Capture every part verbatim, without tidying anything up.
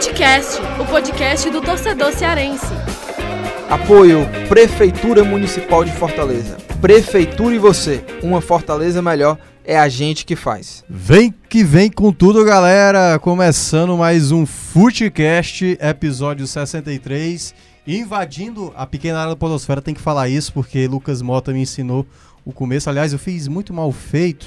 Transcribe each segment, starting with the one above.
Futecast, o podcast do torcedor cearense. Apoio Prefeitura Municipal de Fortaleza. Prefeitura e você, uma Fortaleza melhor é a gente que faz. Vem que vem com tudo, galera. Começando mais um Futecast, episódio sessenta e três. Invadindo a pequena área da podosfera, tem que falar isso porque Lucas Mota me ensinou o começo. Aliás, eu fiz muito mal feito.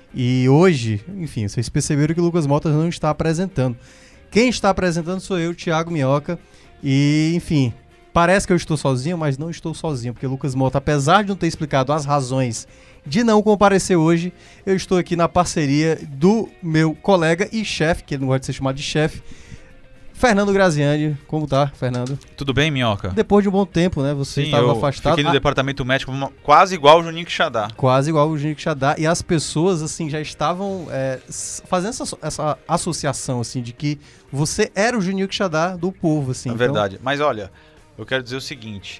E hoje, enfim, vocês perceberam que o Lucas Mota não está apresentando. Quem está apresentando sou eu, Thiago Minhoca. E, enfim, parece que eu estou sozinho, mas não estou sozinho, porque o Lucas Mota, apesar de não ter explicado as razões de não comparecer hoje, eu estou aqui na parceria do meu colega e chefe, que ele não gosta de ser chamado de chefe, Fernando Graziani. Como tá, Fernando? Tudo bem, Minhoca? Depois de um bom tempo, né? Você Sim, estava eu afastado. Fiquei no ah, departamento médico quase igual o Juninho Quixadá. Quase igual o Juninho Quixadá. E as pessoas, assim, já estavam é, fazendo essa, essa associação, assim, de que você era o Juninho Quixadá do povo, assim. É então... verdade. Mas olha, eu quero dizer o seguinte.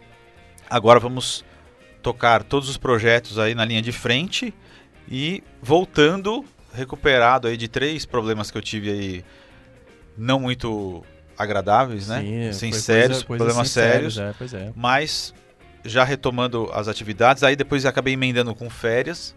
Agora vamos tocar todos os projetos aí na linha de frente e voltando, recuperado aí de três problemas que eu tive aí não muito agradáveis, né? Sim, Sem foi sérios, coisa, coisa problemas assim, sérios, sérios é, pois é. Mas já retomando as atividades, aí depois acabei emendando com férias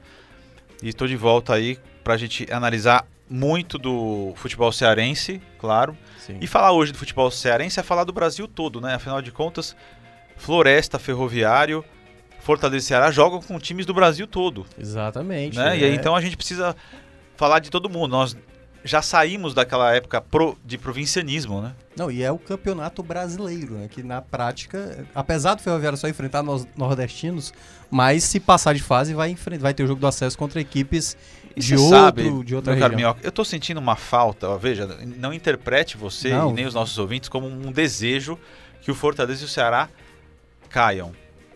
e estou de volta aí para a gente analisar muito do futebol cearense, claro. Sim. E falar hoje do futebol cearense é falar do Brasil todo, né? Afinal de contas, Floresta, Ferroviário, Fortaleza e Ceará jogam com times do Brasil todo. Exatamente. Né? É. E aí, então a gente precisa falar de todo mundo. Nós já saímos daquela época pro, de provincianismo, né? Não, e é o campeonato brasileiro, né? Que na prática, apesar do Ferroviário só enfrentar nós nordestinos, mas se passar de fase vai, enfrentar, vai ter o jogo do acesso contra equipes e de, outro, sabe, de outra meu região. caro Minhoca, eu tô sentindo uma falta, ó, veja, não interprete você não. e nem os nossos ouvintes como um desejo que o Fortaleza e o Ceará caiam,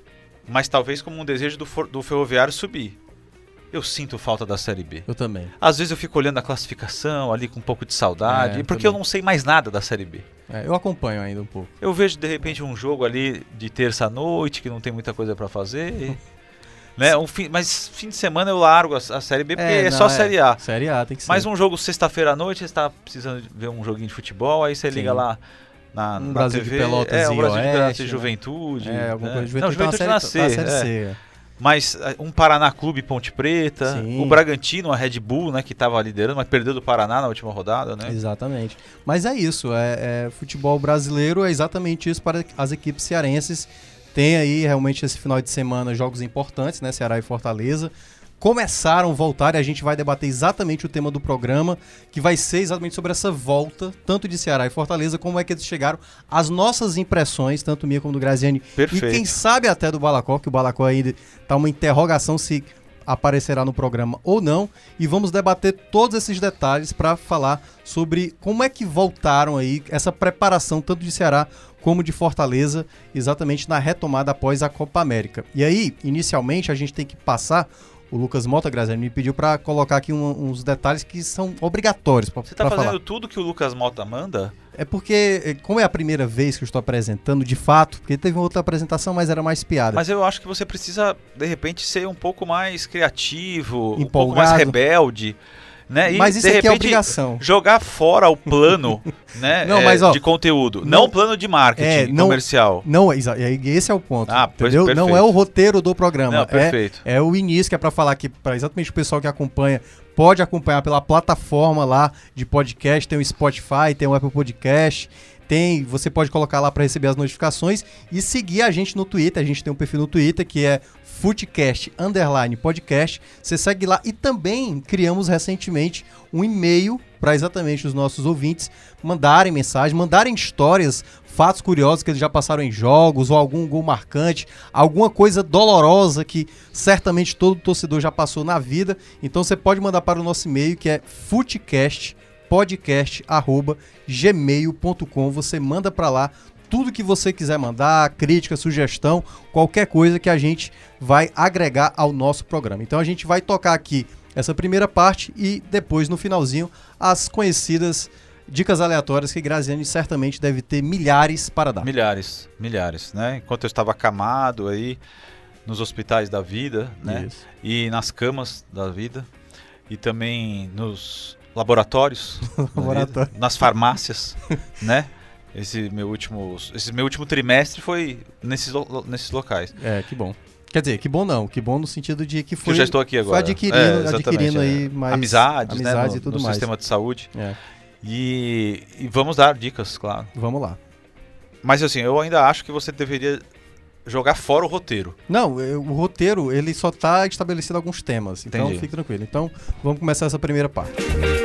mas talvez como um desejo do, do Ferroviário subir. Eu sinto falta da Série B. Eu também. Às vezes eu fico olhando a classificação ali com um pouco de saudade, é, porque também. eu não sei mais nada da Série B. É, eu acompanho ainda um pouco. Eu vejo de repente um jogo ali de terça-noite que não tem muita coisa pra fazer, né? Um fim, mas fim de semana eu largo a, a Série B porque é, é não, só é. Série A. Série A tem que ser. Mas um jogo sexta-feira à noite, você está precisando ver um joguinho de futebol, aí você Sim. liga lá na, um na Brasil T V, de Pelotas é, e um Brasil Oeste, de Pelotas e né? Juventude. É, alguma né? coisa de Não, Juventude, Juventude tá na série, C, tá série é. C. Mas um Paraná Clube Ponte Preta, Sim. o Bragantino, a Red Bull, né, que estava liderando, mas perdeu do Paraná na última rodada, né? Exatamente. Mas é isso, é, é futebol brasileiro é exatamente isso para as equipes cearenses. Tem aí realmente esse final de semana jogos importantes, né? Ceará e Fortaleza começaram a voltar e a gente vai debater exatamente o tema do programa, que vai ser exatamente sobre essa volta, tanto de Ceará e Fortaleza, como é que eles chegaram, as nossas impressões, tanto minha como do Graziani, Perfeito. e quem sabe até do Balacó, que o Balacó ainda tá uma interrogação se aparecerá no programa ou não, e vamos debater todos esses detalhes para falar sobre como é que voltaram aí, essa preparação tanto de Ceará como de Fortaleza, exatamente na retomada após a Copa América. E aí, inicialmente, a gente tem que passar. O Lucas Mota, Graziani, me pediu para colocar aqui um, uns detalhes que são obrigatórios para falar. Você tá fazendo tudo que o Lucas Mota manda? É porque, como é a primeira vez que eu estou apresentando, de fato, porque teve uma outra apresentação, mas era mais piada. Mas eu acho que você precisa, de repente, ser um pouco mais criativo, empolgado, um pouco mais rebelde. Né? E, mas isso de aqui repente, é obrigação. Jogar fora o plano né, não, é, mas, ó, de conteúdo, não, não o plano de marketing é, não, comercial. Não, esse é o ponto. Ah, pois, entendeu? perfeito. Não é o roteiro do programa. Não, perfeito. É, é o início, que é para falar que para exatamente o pessoal que acompanha pode acompanhar pela plataforma lá de podcast, tem o Spotify, tem o Apple Podcast. Tem, você pode colocar lá para receber as notificações e seguir a gente no Twitter. A gente tem um perfil no Twitter que é Futecast underline podcast. Você segue lá e também criamos recentemente um e-mail para exatamente os nossos ouvintes mandarem mensagem, mandarem histórias, fatos curiosos que eles já passaram em jogos ou algum gol marcante, alguma coisa dolorosa que certamente todo torcedor já passou na vida. Então você pode mandar para o nosso e-mail que é futecast podcast arroba gmail ponto com. Você manda para lá tudo que você quiser mandar, crítica, sugestão, qualquer coisa que a gente vai agregar ao nosso programa. Então a gente vai tocar aqui essa primeira parte e depois no finalzinho as conhecidas dicas aleatórias que Graziani certamente deve ter milhares para dar. Milhares, milhares, né? Enquanto eu estava acamado aí nos hospitais da vida, né? Isso. E nas camas da vida e também nos laboratórios, Laboratório. nas farmácias, né? Esse meu último, esse meu último trimestre foi nesses, lo- nesses locais. É, que bom. Quer dizer, que bom não, que bom no sentido de que Que foi, eu já estou aqui agora. foi adquirindo, É, exatamente, adquirindo é. aí mais amizades, né, amizades no, e tudo no mais. sistema de saúde. É, E, e vamos dar dicas, claro. vamos lá. Mas assim, eu ainda acho que você deveria jogar fora o roteiro. Não, eu- o roteiro, ele só tá estabelecido alguns temas, então Entendi. fique tranquilo. Então, vamos começar essa primeira parte.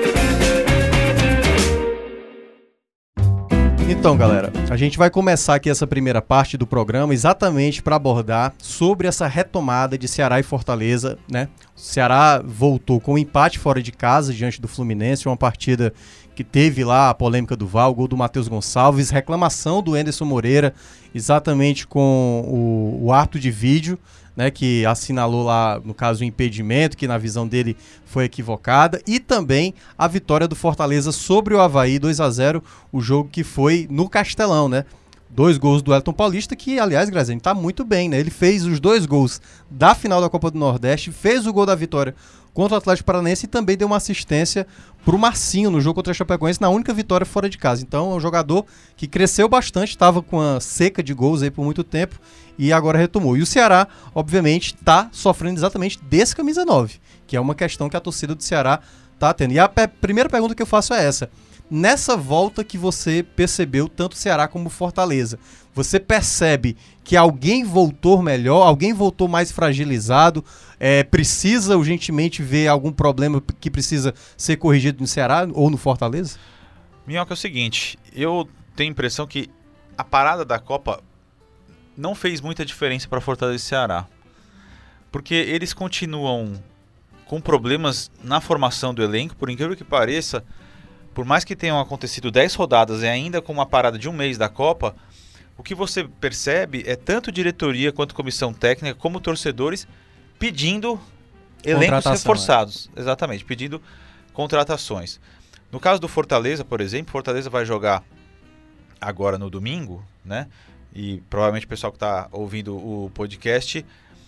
Então, galera, a gente vai começar aqui essa primeira parte do programa exatamente para abordar sobre essa retomada de Ceará e Fortaleza, né? O Ceará voltou com um empate fora de casa diante do Fluminense, uma partida que teve lá a polêmica do V A R, o gol do Matheus Gonçalves, reclamação do Enderson Moreira, exatamente com o, o ato de vídeo, né, que assinalou lá, no caso, o impedimento, que na visão dele foi equivocada, e também a vitória do Fortaleza sobre o Avaí, dois a zero, o jogo que foi no Castelão, né? Dois gols do Elton Paulista, que, aliás, Graziani, tá muito bem, né? Ele fez os dois gols da final da Copa do Nordeste, fez o gol da vitória contra o Atlético Paranaense e também deu uma assistência pro Marcinho no jogo contra o Chapecoense, na única vitória fora de casa. Então, é um jogador que cresceu bastante, estava com a seca de gols aí por muito tempo e agora retomou. E o Ceará, obviamente, tá sofrendo exatamente desse camisa nove, que é uma questão que a torcida do Ceará tá tendo. E a pe- primeira pergunta que eu faço é essa. Nessa volta que você percebeu tanto o Ceará como o Fortaleza, você percebe que alguém voltou melhor, alguém voltou mais fragilizado, é, precisa urgentemente ver algum problema que precisa ser corrigido no Ceará ou no Fortaleza? Minhoca, é o seguinte, eu tenho a impressão que a parada da Copa não fez muita diferença para Fortaleza e Ceará. Porque eles continuam com problemas na formação do elenco, por incrível que pareça, por mais que tenham acontecido dez rodadas e ainda com uma parada de um mês da Copa, o que você percebe é tanto diretoria quanto comissão técnica, como torcedores, pedindo elencos Contratação, reforçados. Exatamente, pedindo contratações. No caso do Fortaleza, por exemplo, Fortaleza vai jogar agora no domingo, né? E provavelmente o pessoal que está ouvindo o podcast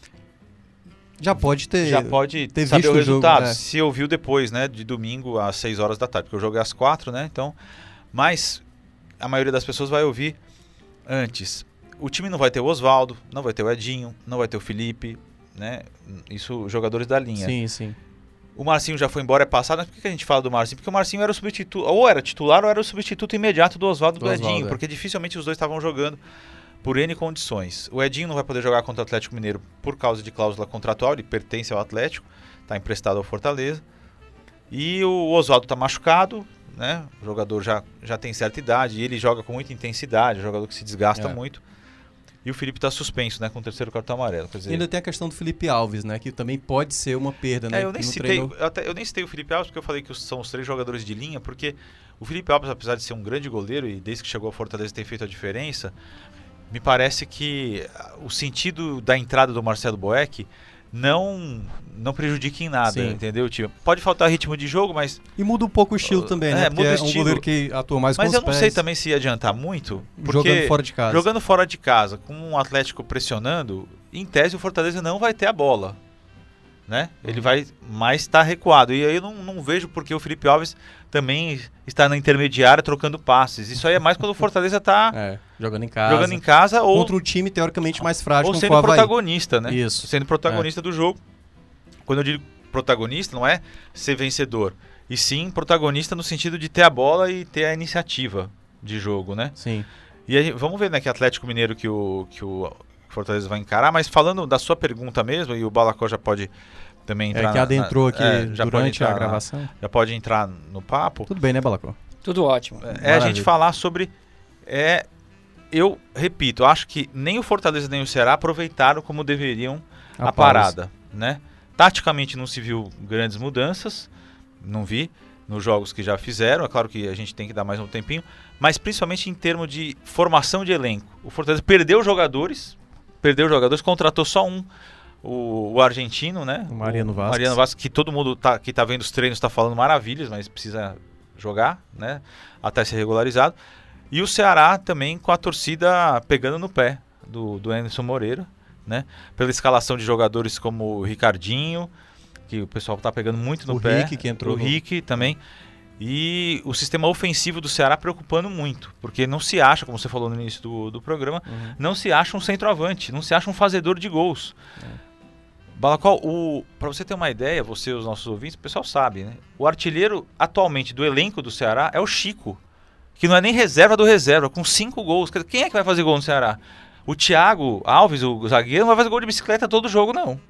Já pode ter, já pode ter saber visto o resultado, jogo, é. se ouviu depois, né, de domingo às seis horas da tarde, porque eu joguei às quatro, né, então, mas a maioria das pessoas vai ouvir antes. O time não vai ter o Oswaldo, não vai ter o Edinho, não vai ter o Felipe, né, isso jogadores da linha. Sim, sim. O Marcinho já foi embora, é passado, mas por que a gente fala do Marcinho? Porque o Marcinho era o substituto, ou era titular ou era o substituto imediato do Oswaldo e do, Do Edinho, Oswaldo, é. porque dificilmente os dois estavam jogando por N condições. O Edinho não vai poder jogar contra o Atlético Mineiro por causa de cláusula contratual, ele pertence ao Atlético, está emprestado ao Fortaleza. E o Oswaldo está machucado, né? O jogador já, já tem certa idade, e ele joga com muita intensidade, é um jogador que se desgasta É. muito. E o Felipe está suspenso, né, com o terceiro cartão amarelo. Quer dizer, E ainda tem a questão do Felipe Alves, né? Que também pode ser uma perda, né? É, eu nem que não citei, treinou. eu, até- eu nem citei o Felipe Alves porque eu falei que os- são os três jogadores de linha, porque o Felipe Alves, apesar de ser um grande goleiro e desde que chegou ao Fortaleza tem feito a diferença, me parece que ah, o sentido da entrada do Marcelo Boeck não não prejudica em nada, Sim. entendeu, tio? Pode faltar ritmo de jogo, mas E muda um pouco o estilo também, né? É, Porque muda o é um estilo. goleiro que atua mais mas com eu os não pés, sei também se ia adiantar muito, porque jogando fora de casa. jogando fora de casa, com um Atlético pressionando, em tese o Fortaleza não vai ter a bola, né? Uhum. Ele vai mais estar recuado. E aí eu não, não vejo porque o Felipe Alves também está na intermediária trocando passes. Isso aí é mais quando o Fortaleza está É, jogando em casa. jogando em casa ou, Contra um time teoricamente mais frágil, ou como sendo foi o Avaí. protagonista, né? Isso. Sendo protagonista do jogo. Quando eu digo protagonista, não é ser vencedor, e sim protagonista no sentido de ter a bola e ter a iniciativa de jogo, né? Sim. E aí, vamos ver, né, que Atlético Mineiro que o, que o Fortaleza vai encarar, mas falando da sua pergunta mesmo, e o Balacó já pode também entrar... É que na- adentrou na- aqui é, já pode durante entrar a na- gravação. já pode entrar no papo, Tudo bem, né, Balacó? Tudo ótimo. é a Maravilha. gente falar sobre... É, eu repito, acho que nem o Fortaleza nem o Ceará aproveitaram como deveriam a, A pausa. parada, né? Taticamente não se viu grandes mudanças, não vi nos jogos que já fizeram, é claro que a gente tem que dar mais um tempinho, mas principalmente em termos de formação de elenco. O Fortaleza perdeu jogadores, perdeu jogadores, contratou só um, o, o argentino, né? O Mariano Vasquez. Mariano Vasquez, que todo mundo tá, que tá vendo os treinos está falando maravilhas, mas precisa jogar, né? Até ser regularizado. E o Ceará também com a torcida pegando no pé do, do Enderson Moreira, né? Pela escalação de jogadores como o Ricardinho, que o pessoal tá pegando muito no O pé. Rick, que entrou O no- Rick também. E o sistema ofensivo do Ceará preocupando muito, porque não se acha, como você falou no início do, do programa, uhum. não se acha um centroavante, não se acha um fazedor de gols. É. Balacol, para você ter uma ideia, você e os nossos ouvintes, o pessoal sabe, né? O artilheiro atualmente do elenco do Ceará é o Chico, que não é nem reserva do reserva, com cinco gols. Quem é que vai fazer gol no Ceará? O Thiago Alves, o zagueiro, não vai fazer gol de bicicleta todo jogo, não.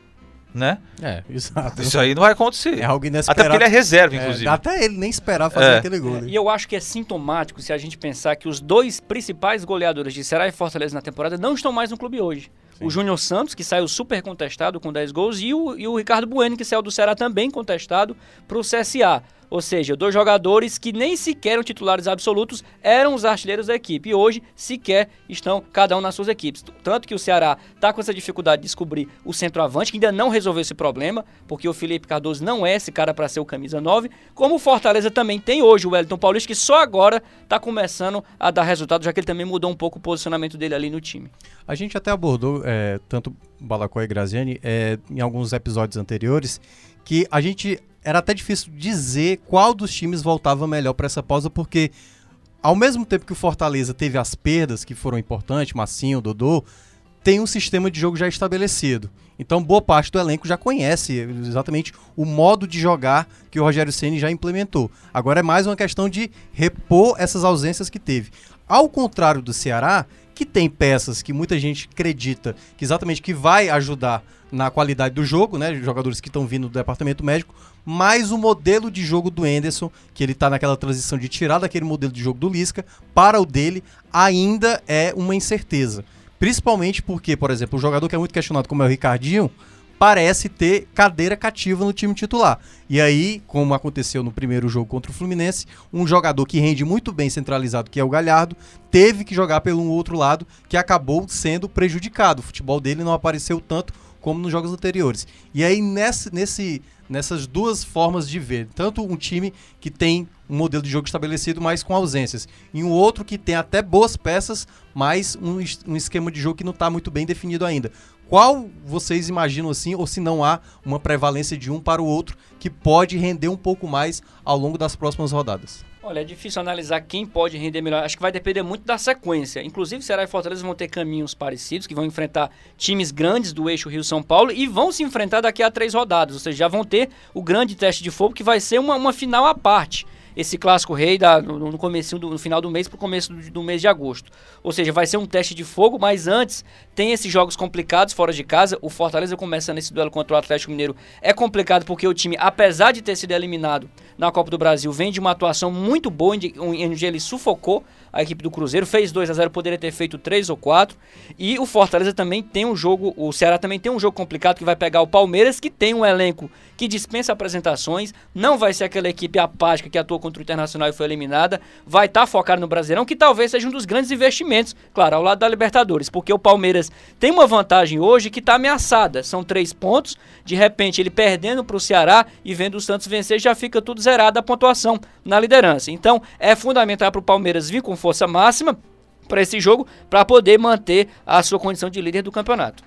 Né? É, exato. Isso aí não vai acontecer. É algo inesperado. Até porque ele é reserva, inclusive. É, até ele nem esperar fazer é. aquele gol. Né? E eu acho que é sintomático se a gente pensar que os dois principais goleadores de Ceará e Fortaleza na temporada não estão mais no clube hoje. Sim. O Júnior Santos, que saiu super contestado com dez gols, e o, e o Ricardo Bueno, que saiu do Ceará também contestado para o C S A. Ou seja, dois jogadores que nem sequer eram titulares absolutos, eram os artilheiros da equipe. E hoje, sequer estão cada um nas suas equipes. Tanto que o Ceará está com essa dificuldade de descobrir o centroavante, que ainda não resolveu esse problema, porque o Felipe Cardoso não é esse cara para ser o camisa nove. Como o Fortaleza também tem hoje o Wellington Paulista, que só agora está começando a dar resultado, já que ele também mudou um pouco o posicionamento dele ali no time. A gente até abordou, é, tanto Balacol e Graziani, é, em alguns episódios anteriores, que a gente... Era até difícil dizer qual dos times voltava melhor para essa pausa, porque ao mesmo tempo que o Fortaleza teve as perdas que foram importantes, Massinho, Dodô, tem um sistema de jogo já estabelecido. Então boa parte do elenco já conhece exatamente o modo de jogar que o Rogério Ceni já implementou. Agora é mais uma questão de repor essas ausências que teve. Ao contrário do Ceará, que tem peças que muita gente acredita que exatamente que vai ajudar na qualidade do jogo, né, jogadores que estão vindo do departamento médico, mas o modelo de jogo do Enderson, que ele está naquela transição de tirar daquele modelo de jogo do Lisca para o dele, ainda é uma incerteza. Principalmente porque, por exemplo, o jogador que é muito questionado, como é o Ricardinho, parece ter cadeira cativa no time titular. E aí, como aconteceu no primeiro jogo contra o Fluminense, um jogador que rende muito bem centralizado, que é o Galhardo, teve que jogar pelo outro lado, que acabou sendo prejudicado. O futebol dele não apareceu tanto como nos jogos anteriores. E aí, nesse, nesse, nessas duas formas de ver, tanto um time que tem um modelo de jogo estabelecido, mas com ausências, e um outro que tem até boas peças, mas um, um esquema de jogo que não está muito bem definido ainda. Qual vocês imaginam assim, ou se não há uma prevalência de um para o outro, que pode render um pouco mais ao longo das próximas rodadas? Olha, é difícil analisar quem pode render melhor. Acho que vai depender muito da sequência. Inclusive, Ceará e Fortaleza vão ter caminhos parecidos, que vão enfrentar times grandes do eixo Rio-São Paulo e vão se enfrentar daqui a três rodadas. Ou seja, já vão ter o grande teste de fogo, que vai ser uma, uma final à parte. Esse clássico rei da, no, no, comecinho do, no final do mês para o começo do, do mês de agosto. Ou seja, vai ser um teste de fogo, mas antes tem esses jogos complicados fora de casa. O Fortaleza começando esse duelo contra o Atlético Mineiro é complicado porque o time, apesar de ter sido eliminado na Copa do Brasil, vem de uma atuação muito boa, onde, onde ele sufocou a equipe do Cruzeiro, fez dois a zero, poderia ter feito três ou quatro. E o Fortaleza também tem um jogo, o Ceará também tem um jogo complicado, que vai pegar o Palmeiras, que tem um elenco que dispensa apresentações, não vai ser aquela equipe apática que atuou contra o Internacional e foi eliminada, vai estar tá focado no Brasileirão, que talvez seja um dos grandes investimentos, claro, ao lado da Libertadores, porque o Palmeiras tem uma vantagem hoje que está ameaçada, são três pontos, de repente ele perdendo para o Ceará e vendo o Santos vencer, já fica tudo zerado a pontuação na liderança. Então é fundamental para o Palmeiras vir com força máxima para esse jogo, para poder manter a sua condição de líder do campeonato.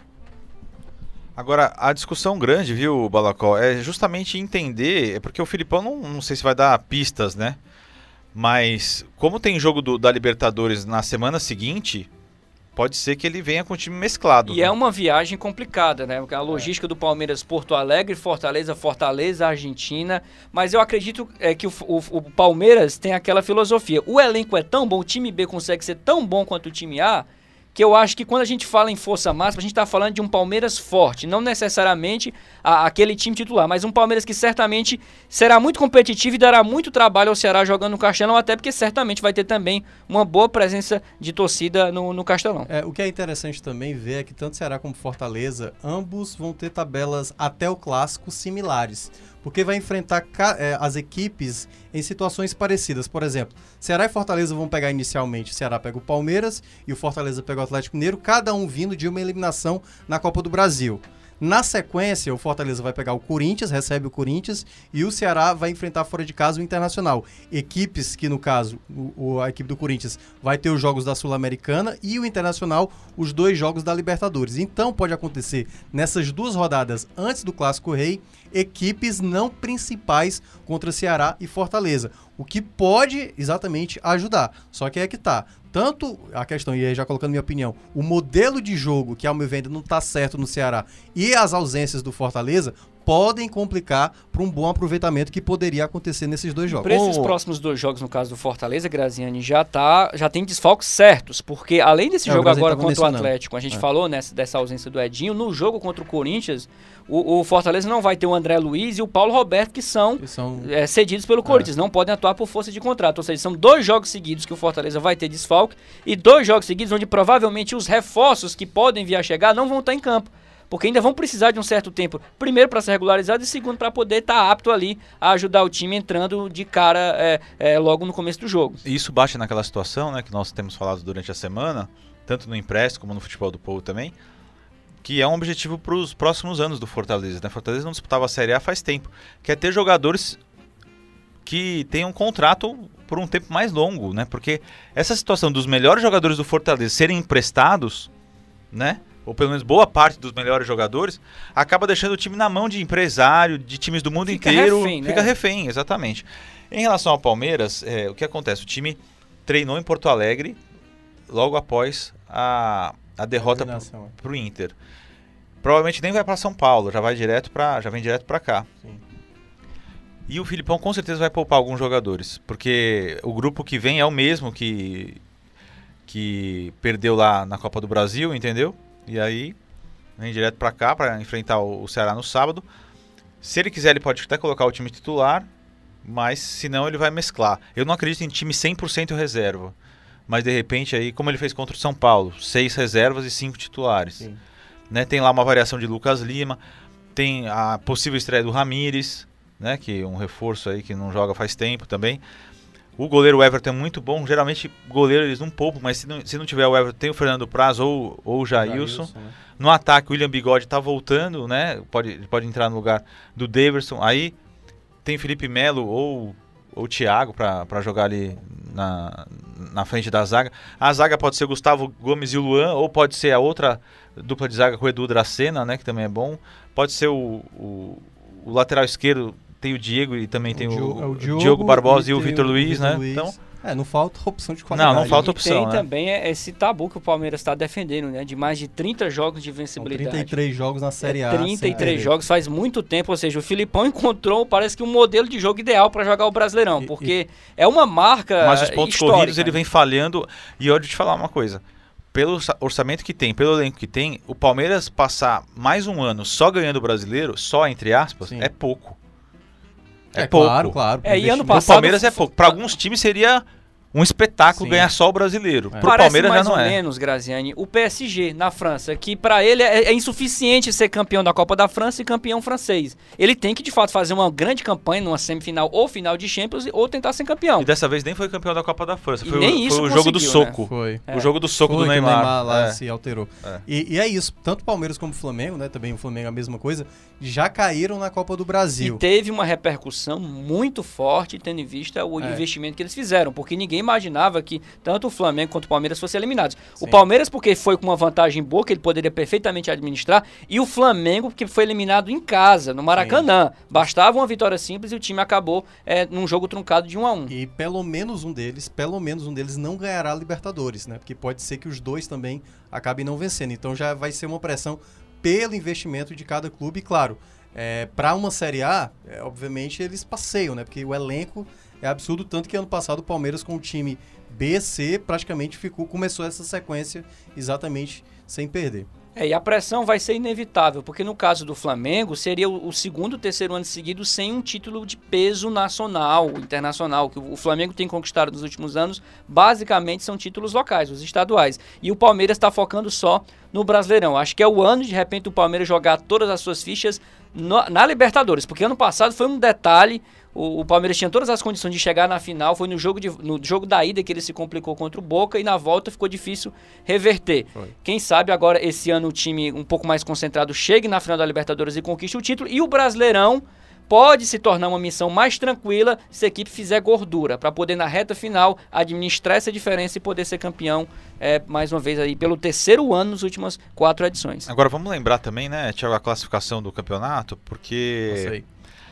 Agora, a discussão grande, viu, Balacol, é justamente entender, é porque o Filipão não, não sei se vai dar pistas, né? Mas como tem jogo do, da Libertadores na semana seguinte, pode ser que ele venha com o time mesclado. E né? é uma viagem complicada, né? A logística é. do Palmeiras, Porto Alegre, Fortaleza, Fortaleza, Argentina. Mas eu acredito é, que o, o, o Palmeiras tem aquela filosofia. O elenco é tão bom, o time B consegue ser tão bom quanto o time A, que eu acho que quando a gente fala em força máxima, a gente está falando de um Palmeiras forte, não necessariamente a, aquele time titular, mas um Palmeiras que certamente será muito competitivo e dará muito trabalho ao Ceará jogando no Castelão, até porque certamente vai ter também uma boa presença de torcida no, no Castelão. É, o que é interessante também ver é que tanto Ceará como Fortaleza, ambos vão ter tabelas até o clássico similares, porque vai enfrentar é, as equipes em situações parecidas. Por exemplo, Ceará e Fortaleza vão pegar inicialmente, o Ceará pega o Palmeiras e o Fortaleza pega o Atlético Mineiro, cada um vindo de uma eliminação na Copa do Brasil. Na sequência, o Fortaleza vai pegar o Corinthians, recebe o Corinthians, e o Ceará vai enfrentar fora de casa o Internacional. Equipes que, no caso, o, o, a equipe do Corinthians vai ter os jogos da Sul-Americana e o Internacional os dois jogos da Libertadores. Então pode acontecer nessas duas rodadas antes do Clássico Rei, equipes não principais contra Ceará e Fortaleza, o que pode exatamente ajudar. Só que é que tá. Tanto a questão, e aí já colocando minha opinião, o modelo de jogo, que ao meu ver ainda não está certo no Ceará, e as ausências do Fortaleza, podem complicar para um bom aproveitamento que poderia acontecer nesses dois jogos. Para esses oh. próximos dois jogos, no caso do Fortaleza, Graziani, já, tá, já tem desfalques certos, porque além desse é, jogo agora tá contra o Atlético, a gente é. falou nessa, dessa ausência do Edinho, no jogo contra o Corinthians, o, o Fortaleza não vai ter o André Luiz e o Paulo Roberto, que são, que são... É, cedidos pelo Corinthians, é. não podem atuar por força de contrato, ou seja, são dois jogos seguidos que o Fortaleza vai ter desfalque e dois jogos seguidos onde provavelmente os reforços que podem vir a chegar não vão estar em campo. Porque ainda vão precisar de um certo tempo, primeiro para ser regularizado e segundo para poder estar tá apto ali a ajudar o time entrando de cara é, é, logo no começo do jogo. E isso bate naquela situação, né, que nós temos falado durante a semana, tanto no empréstimo como no futebol do povo também, que é um objetivo para os próximos anos do Fortaleza. Né? Fortaleza não disputava a Série A faz tempo, que é ter jogadores que tenham um contrato por um tempo mais longo, né? Porque essa situação dos melhores jogadores do Fortaleza serem emprestados, né? Ou pelo menos boa parte dos melhores jogadores, acaba deixando o time na mão de empresário, de times do mundo Fica inteiro. Refém, né? Fica refém, exatamente. Em relação ao Palmeiras, é, o que acontece? O time treinou em Porto Alegre logo após a, a derrota para o Inter. Provavelmente nem vai para São Paulo, já vai direto para, já vem direto para cá. Sim. E o Filipão com certeza vai poupar alguns jogadores, porque o grupo que vem é o mesmo que, que perdeu lá na Copa do Brasil, entendeu? E aí, vem direto pra cá, pra enfrentar o Ceará no sábado. Se ele quiser, ele pode até colocar o time titular, mas se não, ele vai mesclar. Eu não acredito em time cem por cento reserva, mas de repente, aí, como ele fez contra o São Paulo, seis reservas e cinco titulares. Né? Tem lá uma variação de Lucas Lima, tem a possível estreia do Ramírez, né? Que é um reforço aí que não joga faz tempo também. O goleiro Everton é muito bom. Geralmente, goleiro eles não poupam, mas se não, se não tiver o Everton, tem o Fernando Praz ou, ou o Jailson. Jailson né? No ataque, o William Bigode tá voltando, né? Pode, pode entrar no lugar do Daverson. Aí tem Felipe Melo ou o Thiago para jogar ali na, na frente da zaga. A zaga pode ser o Gustavo Gomes e o Luan, ou pode ser a outra dupla de zaga com o Edu Dracena, né? Que também é bom. Pode ser o, o, o lateral esquerdo. Tem o Diego e também o tem Diogo, o, o Diogo, Diogo Barbosa e, e o Vitor Luiz, né? Luiz. Então, é, não falta opção de qualidade. Não, não falta opção. E tem né? também esse tabu que o Palmeiras está defendendo, né? De mais de trinta jogos de vencibilidade. São trinta e três jogos na Série A. É, trinta e três jogos faz muito tempo, ou seja, o Filipão encontrou, parece que um modelo de jogo ideal para jogar o Brasileirão, e, porque e... é uma marca Mas os pontos histórica. corridos ele vem falhando, e eu vou te falar uma coisa. Pelo orçamento que tem, pelo elenco que tem, o Palmeiras passar mais um ano só ganhando o Brasileiro, só entre aspas, Sim. é pouco. É, é pouco. Claro, claro. É, e ano passado, o Palmeiras é pouco. Para alguns times seria um espetáculo Sim. ganhar só o brasileiro. É. Pro Parece Palmeiras mais já não ou é. menos, Graziani, o P S G na França, que para ele é, é insuficiente ser campeão da Copa da França e campeão francês. Ele tem que, de fato, fazer uma grande campanha numa semifinal ou final de Champions ou tentar ser campeão. E dessa vez nem foi campeão da Copa da França. Foi, nem o, isso foi o jogo do soco. Né? Foi. O é. jogo do soco foi do Neymar. O Neymar lá é. se alterou. É. E, e é isso. Tanto o Palmeiras como o Flamengo, né? Também o Flamengo é a mesma coisa, já caíram na Copa do Brasil. E teve uma repercussão muito forte, tendo em vista o é. investimento que eles fizeram, porque ninguém imaginava que tanto o Flamengo quanto o Palmeiras fossem eliminados. Sim. O Palmeiras porque foi com uma vantagem boa, que ele poderia perfeitamente administrar, e o Flamengo porque foi eliminado em casa, no Maracanã. Sim. Bastava uma vitória simples e o time acabou é, num jogo truncado de um a um. E pelo menos um deles, pelo menos um deles não ganhará a Libertadores, né? Porque pode ser que os dois também acabem não vencendo. Então já vai ser uma pressão pelo investimento de cada clube, e claro, é, para uma Série A, é, obviamente eles passeiam, né? Porque o elenco é absurdo, tanto que ano passado o Palmeiras com o time B C praticamente ficou, começou essa sequência exatamente sem perder. É, e a pressão vai ser inevitável, porque no caso do Flamengo seria o, o segundo, terceiro ano seguido sem um título de peso nacional, internacional, que o, o Flamengo tem conquistado nos últimos anos, basicamente são títulos locais, os estaduais. E o Palmeiras está focando só no Brasileirão. Acho que é o ano de, de repente, o Palmeiras jogar todas as suas fichas no, na Libertadores, porque ano passado foi um detalhe O, o Palmeiras tinha todas as condições de chegar na final, foi no jogo, de, no jogo da ida que ele se complicou contra o Boca e na volta ficou difícil reverter. Foi. Quem sabe agora esse ano o time um pouco mais concentrado chegue na final da Libertadores e conquiste o título, e o Brasileirão pode se tornar uma missão mais tranquila se a equipe fizer gordura, para poder na reta final administrar essa diferença e poder ser campeão é, mais uma vez aí pelo terceiro ano nas últimas quatro edições. Agora vamos lembrar também, né, Thiago, a classificação do campeonato, porque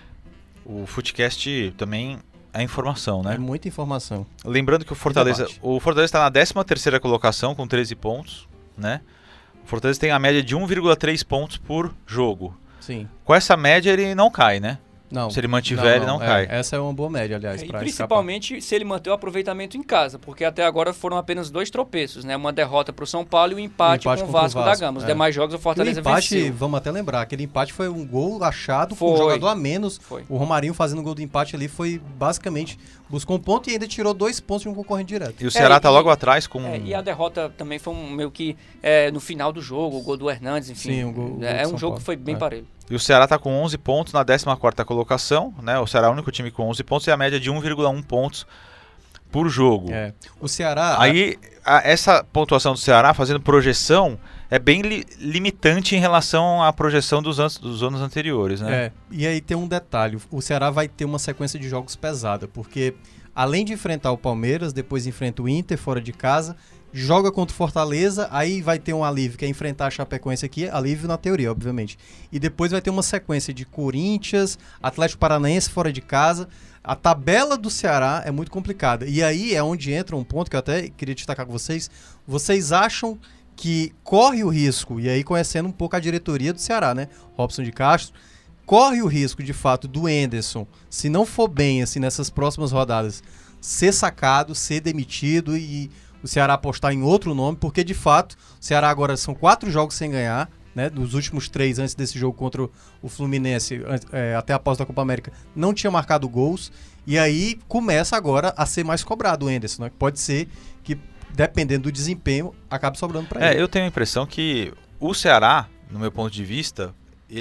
o Footcast também é informação, né? É muita informação. Lembrando que o Fortaleza, o Fortaleza está na décima terceira colocação com treze pontos, né? O Fortaleza tem a média de um vírgula três pontos por jogo. Sim. Com essa média ele não cai, né? Não. Se ele mantiver, não, ele não não, cai. É, essa é uma boa média, aliás. É, e pra principalmente escapar. se ele manter o aproveitamento em casa, porque até agora foram apenas dois tropeços, né? Uma derrota para o São Paulo e um empate, um empate com o contra Vasco, o Vasco da Gama. Os é. demais jogos o Fortaleza o empate, venceu. Vamos até lembrar, aquele empate foi um gol achado Foi. com um jogador a menos. Foi. O Romarinho fazendo o gol do empate ali foi basicamente, buscou um ponto e ainda tirou dois pontos de um concorrente direto. E o Ceará é, tá e, logo atrás com... É, e a derrota também foi um, meio que é, no final do jogo, o gol do Hernandes, enfim. Sim, o gol, o gol é, é um São jogo Paulo. que foi bem é. parelho. E o Ceará tá com onze pontos na décima quarta colocação, né? O Ceará é o único time com onze pontos e a média de um vírgula um pontos por jogo. É. O Ceará... Aí, a, essa pontuação do Ceará, fazendo projeção, é bem li, limitante em relação à projeção dos, anos, dos anos anteriores, né? É, e aí tem um detalhe, o Ceará vai ter uma sequência de jogos pesada, porque além de enfrentar o Palmeiras, depois enfrenta o Inter fora de casa, joga contra o Fortaleza, aí vai ter um alívio, que é enfrentar a Chapecoense aqui, alívio na teoria, obviamente. E depois vai ter uma sequência de Corinthians, Atlético Paranaense fora de casa. A tabela do Ceará é muito complicada. E aí é onde entra um ponto que eu até queria destacar com vocês. Vocês acham que corre o risco, e aí conhecendo um pouco a diretoria do Ceará, né? Robson de Castro, corre o risco, de fato, do Enderson, se não for bem, assim, nessas próximas rodadas, ser sacado, ser demitido e o Ceará apostar em outro nome, porque de fato o Ceará agora são quatro jogos sem ganhar, né? Dos últimos três antes desse jogo contra o Fluminense, é, até após a Copa América, não tinha marcado gols, e aí começa agora a ser mais cobrado o Enderson, né? Pode ser que, dependendo do desempenho, acabe sobrando para É, ele. eu tenho a impressão que o Ceará, no meu ponto de vista,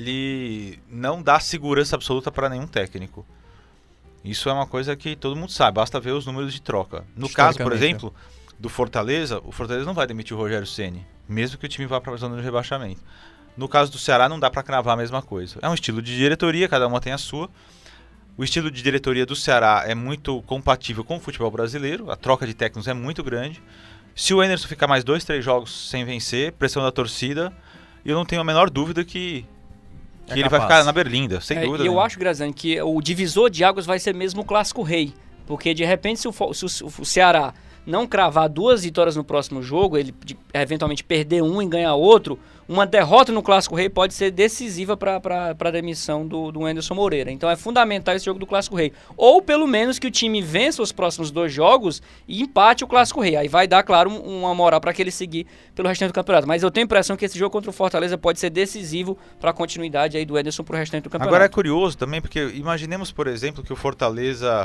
ele não dá segurança absoluta para nenhum técnico. Isso é uma coisa que todo mundo sabe, basta ver os números de troca. No caso, por exemplo, do Fortaleza, o Fortaleza não vai demitir o Rogério Ceni, mesmo que o time vá para a zona de rebaixamento. No caso do Ceará, não dá para cravar a mesma coisa. É um estilo de diretoria, cada uma tem a sua. O estilo de diretoria do Ceará é muito compatível com o futebol brasileiro, a troca de técnicos é muito grande. Se o Enderson ficar mais dois, três jogos sem vencer, pressão da torcida, eu não tenho a menor dúvida que, que é ele vai ficar na berlinda, sem é, dúvida. E eu nenhuma. acho, Graziani, que o divisor de águas vai ser mesmo o Clássico Rei, porque de repente se o, se o Ceará não cravar duas vitórias no próximo jogo, ele de, eventualmente perder um e ganhar outro, uma derrota no Clássico Rei pode ser decisiva para a demissão do, do Enderson Moreira. Então é fundamental esse jogo do Clássico Rei. Ou pelo menos que o time vença os próximos dois jogos e empate o Clássico Rei. Aí vai dar, claro, um, uma moral para que ele seguir pelo restante do campeonato. Mas eu tenho a impressão que esse jogo contra o Fortaleza pode ser decisivo para a continuidade aí do Enderson para o restante do campeonato. Agora é curioso também, porque imaginemos, por exemplo, que o Fortaleza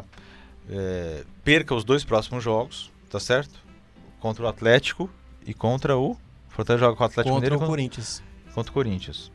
é, perca os dois próximos jogos, tá certo? Contra o Atlético e contra o... Fortaleza joga com o Atlético Contra Mineiro o contra, Corinthians. contra o Corinthians.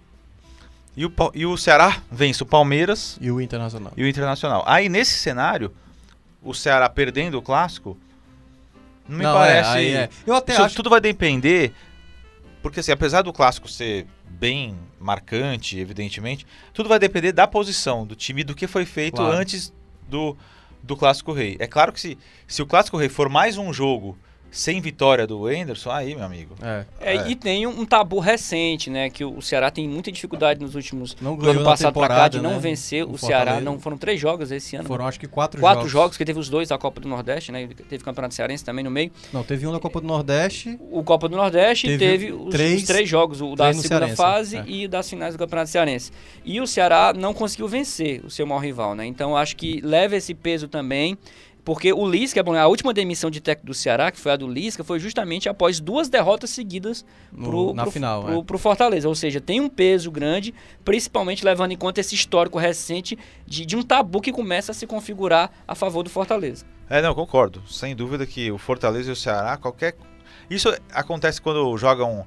E o, e o Ceará vence o Palmeiras E o Internacional. e o Internacional. Aí, nesse cenário, o Ceará perdendo o Clássico, não me Não, parece... é, aí é. Eu até Isso acho... tudo vai depender, porque assim, apesar do Clássico ser bem marcante, evidentemente, tudo vai depender da posição do time, do que foi feito Claro. antes do, do Clássico Rei. É claro que se, se o Clássico Rei for mais um jogo sem vitória do Enderson, aí, meu amigo... É. É, É. E tem um, um tabu recente, né? Que o Ceará tem muita dificuldade nos últimos... Não do ganhou ano na passado pra cá temporada, de não né? vencer o, O Ceará. Fortaleza. Não, foram três jogos esse ano. Foram acho que quatro, Quatro jogos. jogos, que teve os dois da Copa do Nordeste, né? Teve o Campeonato Cearense também no meio. Não, teve um na Copa do Nordeste. O Copa do Nordeste Teve teve, os, três- os três jogos, o da três no segunda Cearense, fase é. e das finais do Campeonato Cearense. E o Ceará não conseguiu vencer o seu maior rival, né? Então acho que leva esse peso também, porque o Lisca, a última demissão de técnico do Ceará, que foi a do Lisca, foi justamente após duas derrotas seguidas No- pro, na pro, final, pro, é. pro Fortaleza. Ou seja, tem um peso grande, principalmente levando em conta esse histórico recente de, de um tabu que começa a se configurar a favor do Fortaleza. É, não, concordo. Sem dúvida que o Fortaleza e o Ceará, qualquer... Isso acontece quando jogam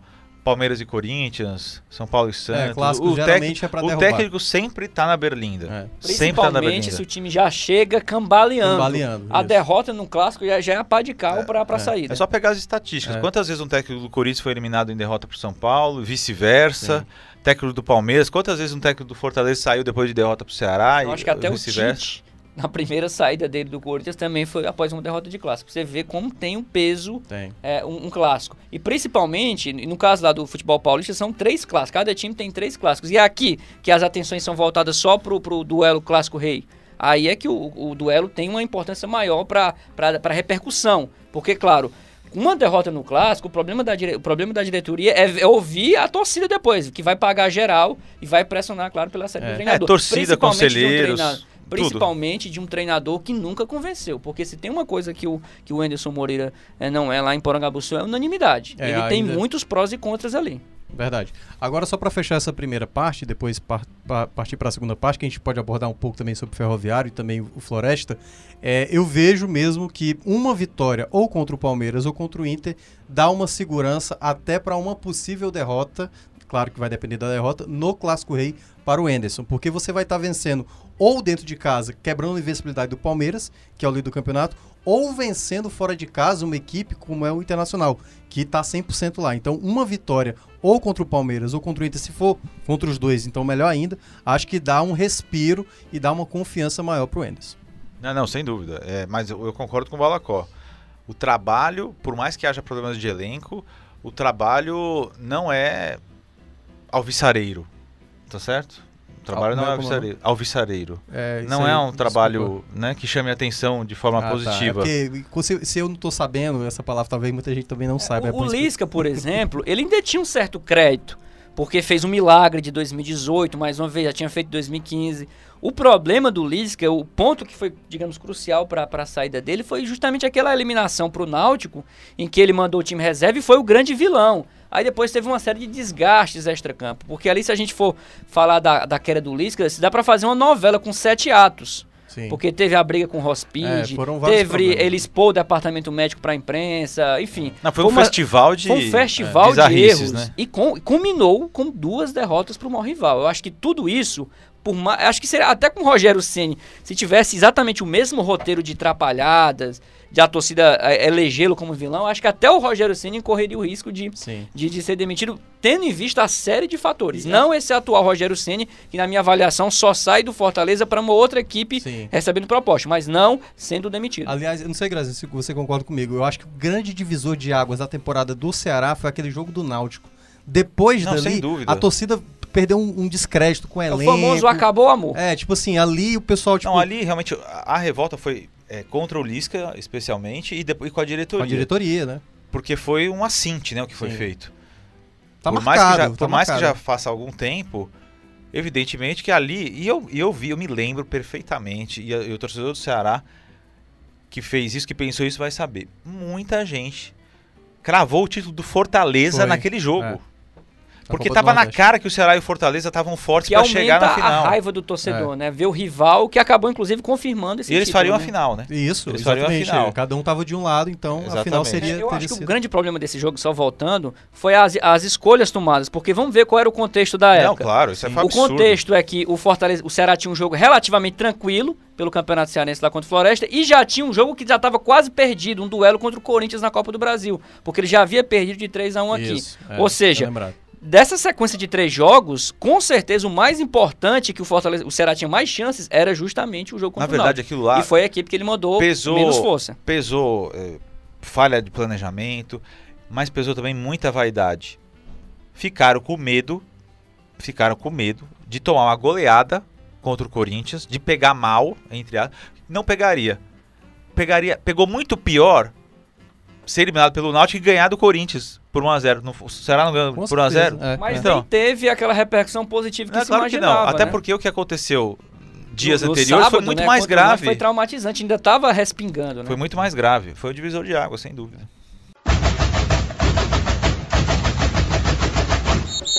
Palmeiras e Corinthians, São Paulo e Santos. É, clássico o geralmente técnico, é pra o derrubar. técnico sempre tá na berlinda. É. Sempre tá na Principalmente berlinda. se o time já chega cambaleando. Cambaleando, A isso. derrota no clássico já, já é a pá de cal para a é. saída. É só pegar as estatísticas. É. Quantas vezes um técnico do Corinthians foi eliminado em derrota pro São Paulo, vice-versa. Sim. Técnico do Palmeiras, quantas vezes um técnico do Fortaleza saiu depois de derrota pro Ceará Eu e acho que até o vice-versa. Tite, na primeira saída dele do Corinthians, também foi após uma derrota de clássico. Você vê como tem um peso Tem. é, um, um clássico. E principalmente, no caso lá do futebol paulista, são três clássicos. Cada time tem três clássicos. E é aqui que as atenções são voltadas só pro, pro duelo clássico-rei. Aí é que o, o duelo tem uma importância maior para a repercussão. Porque, claro, uma derrota no clássico, o problema da, dire... o problema da diretoria é, é ouvir a torcida depois, que vai pagar geral e vai pressionar, claro, pela saída É. do treinador. É, torcida, Principalmente de um conselheiros, treinador- tudo. Principalmente de um treinador que nunca convenceu. Porque se tem uma coisa que o, que o Anderson Moreira é, não é lá em Porangabuçu, é unanimidade. É, Ele tem ainda- muitos prós e contras ali. Verdade. Agora, só para fechar essa primeira parte, depois par pa partir para a segunda parte, que a gente pode abordar um pouco também sobre o Ferroviário e também o Floresta, é, eu vejo mesmo que uma vitória ou contra o Palmeiras ou contra o Inter dá uma segurança até para uma possível derrota, claro que vai depender da derrota, no Clássico Rei para o Anderson, porque você vai estar tá vencendo ou dentro de casa, quebrando a invencibilidade do Palmeiras, que é o líder do campeonato, ou vencendo fora de casa uma equipe como é o Internacional, que está cem por cento lá. Então, uma vitória ou contra o Palmeiras ou contra o Inter, se for contra os dois, então melhor ainda, acho que dá um respiro e dá uma confiança maior pro Anderson. Não, não, sem dúvida. É, mas eu, eu concordo com o Balacó. O trabalho, por mais que haja problemas de elenco, o trabalho não é alvissareiro, tá certo? O trabalho Al- não, não é é como alvissareiro. alvissareiro. É, isso Não aí, é um desculpa. trabalho, né, que chame a atenção de forma Ah, tá. positiva. É porque se, se eu não tô sabendo essa palavra, talvez muita gente também não saiba. é O, por o isso que- Lisca, por exemplo, ele ainda tinha um certo crédito, porque fez um milagre de dois mil e dezoito, mais uma vez, já tinha feito dois mil e quinze. O problema do Lisca, o ponto que foi, digamos, crucial para a saída dele, foi justamente aquela eliminação para o Náutico, em que ele mandou o time reserva e foi o grande vilão. Aí depois teve uma série de desgastes extra-campo, porque ali, se a gente for falar da, da queda do Lisca, se dá para fazer uma novela com sete atos. Sim. Porque teve a briga com o É, Rospide, foram vários teve problemas. ele expor o departamento médico para a imprensa, enfim. Não, foi um uma- festival de Foi um festival é, de bizarrices, erros, né? e com- culminou com duas derrotas para o maior rival. Eu acho que tudo isso, por ma- acho que seria até com o Rogério Ceni, se tivesse exatamente o mesmo roteiro de trapalhadas, de a torcida é, elegê-lo como vilão, acho que até o Rogério Ceni correria o risco de, Sim. de, de ser demitido, tendo em vista a série de fatores. Não esse atual Rogério Ceni, que na minha avaliação só sai do Fortaleza para uma outra equipe Sim. recebendo proposta, mas não sendo demitido. Aliás, eu não sei, Grazi, se você concorda comigo. Eu acho que o grande divisor de águas da temporada do Ceará foi aquele jogo do Náutico. Depois Não, sem dali, dúvida. a torcida perdeu um, um descrédito com o É o elenco. famoso acabou o amor. É, tipo assim, ali o pessoal, tipo, Não, ali realmente a, a revolta foi é, contra o Lisca, especialmente, e, depois, e com a diretoria. com a diretoria, né? Porque foi um assinte, né, o que foi Sim. feito. Tá por marcado, mais que já, tá por mais que marcado. já faça algum tempo, evidentemente que ali, e eu, e eu vi, eu me lembro perfeitamente, e, a- e o torcedor do Ceará que fez isso, que pensou isso, vai saber. Muita gente cravou o título do Fortaleza Foi, naquele jogo. é. Porque Copa do tava na Nordeste. cara que o Ceará e o Fortaleza estavam fortes Que para aumenta chegar na a final. raiva do torcedor, né? Ver o rival, que acabou, inclusive, confirmando esse E eles título, fariam né? a final, né? Isso, Eles fariam a exatamente. final. é. Cada um tava de um lado, então a final Exatamente. seria. Eu teria acho que sido- o grande problema desse jogo, só voltando, foi as, as escolhas tomadas, porque vamos ver qual era o contexto da Não, época. claro, isso é Sim. um O absurdo. contexto é que o Fortaleza, o Ceará tinha um jogo relativamente tranquilo pelo Campeonato Cearense lá contra o Floresta e já tinha um jogo que já estava quase perdido, um duelo contra o Corinthians na Copa do Brasil, porque ele já havia perdido de três a um aqui. Isso, é, Ou seja, tá lembrado. dessa sequência de três jogos, com certeza o mais importante que o Fortaleza, o Ceará tinha mais chances era justamente o jogo Na contra verdade, o Náutico. aquilo lá E foi a equipe que ele mandou pesou, menos força. pesou é, falha de planejamento, mas pesou também muita vaidade. Ficaram com medo, ficaram com medo de tomar uma goleada contra o Corinthians, de pegar mal, entre aspas. Não pegaria. Pegaria, pegou muito pior ser eliminado pelo Náutico e ganhar do Corinthians por um a zero. Não, o Ceará não ganhou Com por um a zero? certeza, é, Mas é. Então. nem teve aquela repercussão positiva que É, se claro que imaginava, não. Até né? porque o que aconteceu dias No- no anteriores foi sábado, muito né, mais contra o Náutico, grave. Foi traumatizante, ainda estava respingando, né? Foi muito mais grave. Foi o divisor de água, sem dúvida.